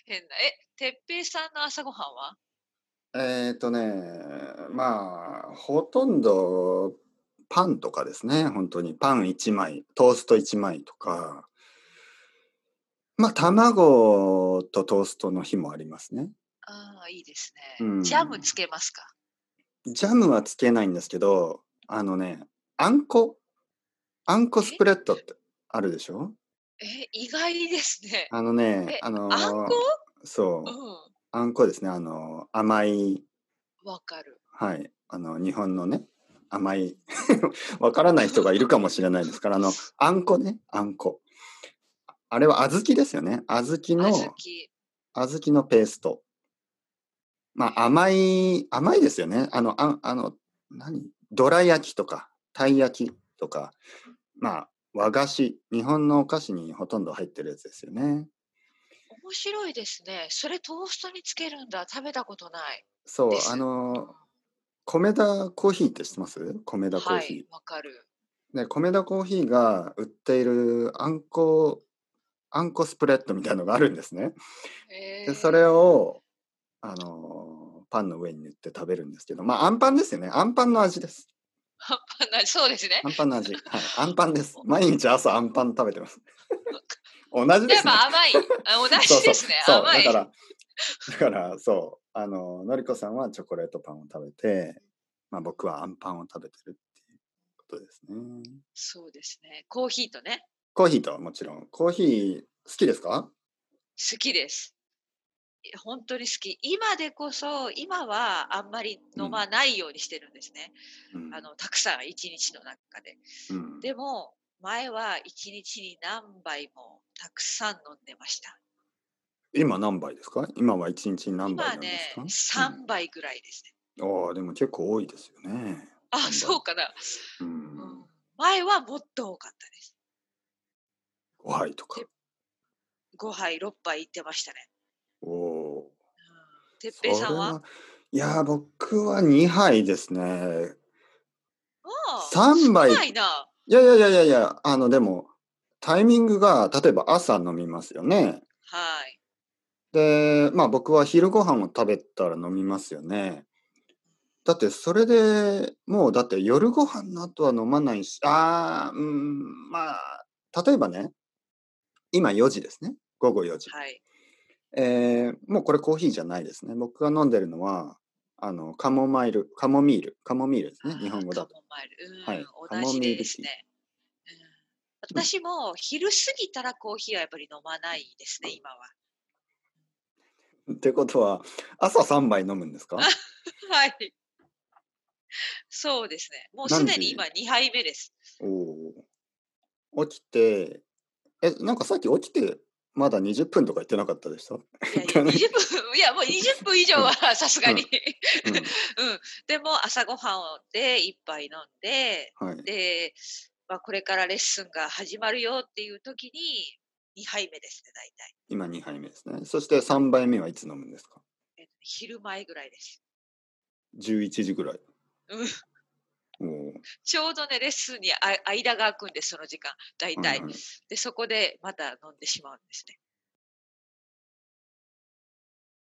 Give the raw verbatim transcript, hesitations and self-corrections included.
変な。え、てっぺいさんの朝ごはんは？ えーとね、まあ、ほとんどパンとかですね、本当に。パンいちまい、トーストいちまいとか、まあ、卵とトーストの日もありますね。 ああ、いいですうね。ジャムつん。 けますか？ ジャムはつけないんですけど、あのね、あんこ、あんこスえ？ プレッドってあるでしょ？ え、意外ですね。 あのね、 え、 ああんこ？ の、そう、 うん、 あんこですね、あの、甘い、 わかる。 はい、あの、日本のね、甘いわからない人がいるかもしれないですから、あの、あんこね、あんこ。あれは小豆ですよね。小豆小豆。 の、小豆のペースト。まあ、甘い、甘いですよね。あの、あ、あの、何どら焼きとか、たい焼きとか、まあ、和菓子、日本のお菓子にほとんど入ってるやつですよね。 面白いですね。それトーストにつけるんだ。食べたことないそう、あです。うん。 の、米田コーヒーって知ってます？米田コーはい、 ヒわかる。 ー。で、米田コーヒーが売っているあんこ、あんこスプレッドみたいのがあるんですね。 へで、それえ。 を、あの、パンの上に塗って食べるんですけど、まあ、あんパンですよね。あんパンの味です。 はっぱなそうですね。 あんパンの味。はい。あんパンです。毎日朝あんパン食べてます。同じでやっすね。 ぱ甘い。あ、同そうそう。 じですね。 そう。 甘い。 だから、だから、そう。あの、のりこさんはチョコレートパンを食べて、まあ僕はあんパンを食べてるっていうことですね。 そうですね。コーヒーとね、 コーヒーとはもちろん。コーヒー好きですか？ 好きです。いや、ほんとに好き。今でこそ、今はあんまりうん。 飲まないようにしてるんですね。 うん。 あの、たくさんいちにちの中で。 うん。 でも、前はいちにちに何杯もたくさん飲んでました。 今何杯ですか？今はいちにちに何杯今ね、 なんですか？うん。 さんばいぐらいですね。 ああ、でも結構多いですよね。 あ、 さんばい。 そうかな。 ううん。 ん。 前はもっと多かったです。 ごはいとか。 てごはい、ろっぱい行ってましたね。 おお。 うん。てっぺいさんは？ それは、いや、僕はにはいですね。 ああ、 3 少杯、いないな。 やいやいやいやいや、あの、でも、タイミングが、例えば朝飲みますよね。 はい。 で、まあ、僕は昼ご飯を食べたら飲みますよね。だってそれで、もうだって夜ご飯の後は飲まないし、ああ、うん、まあ、例えばね、今よじですね。午後よじ。 はい。 えーもうこれコーヒーじゃないですね。僕が飲んでるのは、あの、カモマイルカモミールカモミールですね、日ああ、 本語だと。 カモマイル。 はい、 うん、 カモ同じミールティー。 ですね。うん。私も昼過ぎたらコーヒーはやっぱり飲まないですね、今は。 ってことは、朝さんばい飲むんですあ、 か？ はい。そうですね。もうす何時？ でに今にはいめです。 おお、起きて、え、なんかさっき起きて、まだにじゅっぷんとか言ってなかったでした？ いやいや、 言ってない？ にじゅっぷん、いや、もうにじゅっぷん以上はうん、 さすがに。 うん、うん、 うん。でも朝ごはんをでいっぱい飲んで、 はい。 で、まあ、これからレッスンが始まるよっていう時ににはいめですね、大体。 今にはいめですね。そしてさんばいめはいつ飲むんですか？ えっと、昼前ぐらいです。 じゅういちじぐらい。 うん。 おお、 ちょうどね、レッスンにあ間が空くんです、その時間、大体。 はいはい。 で、そこでまた飲んでしまうんですね。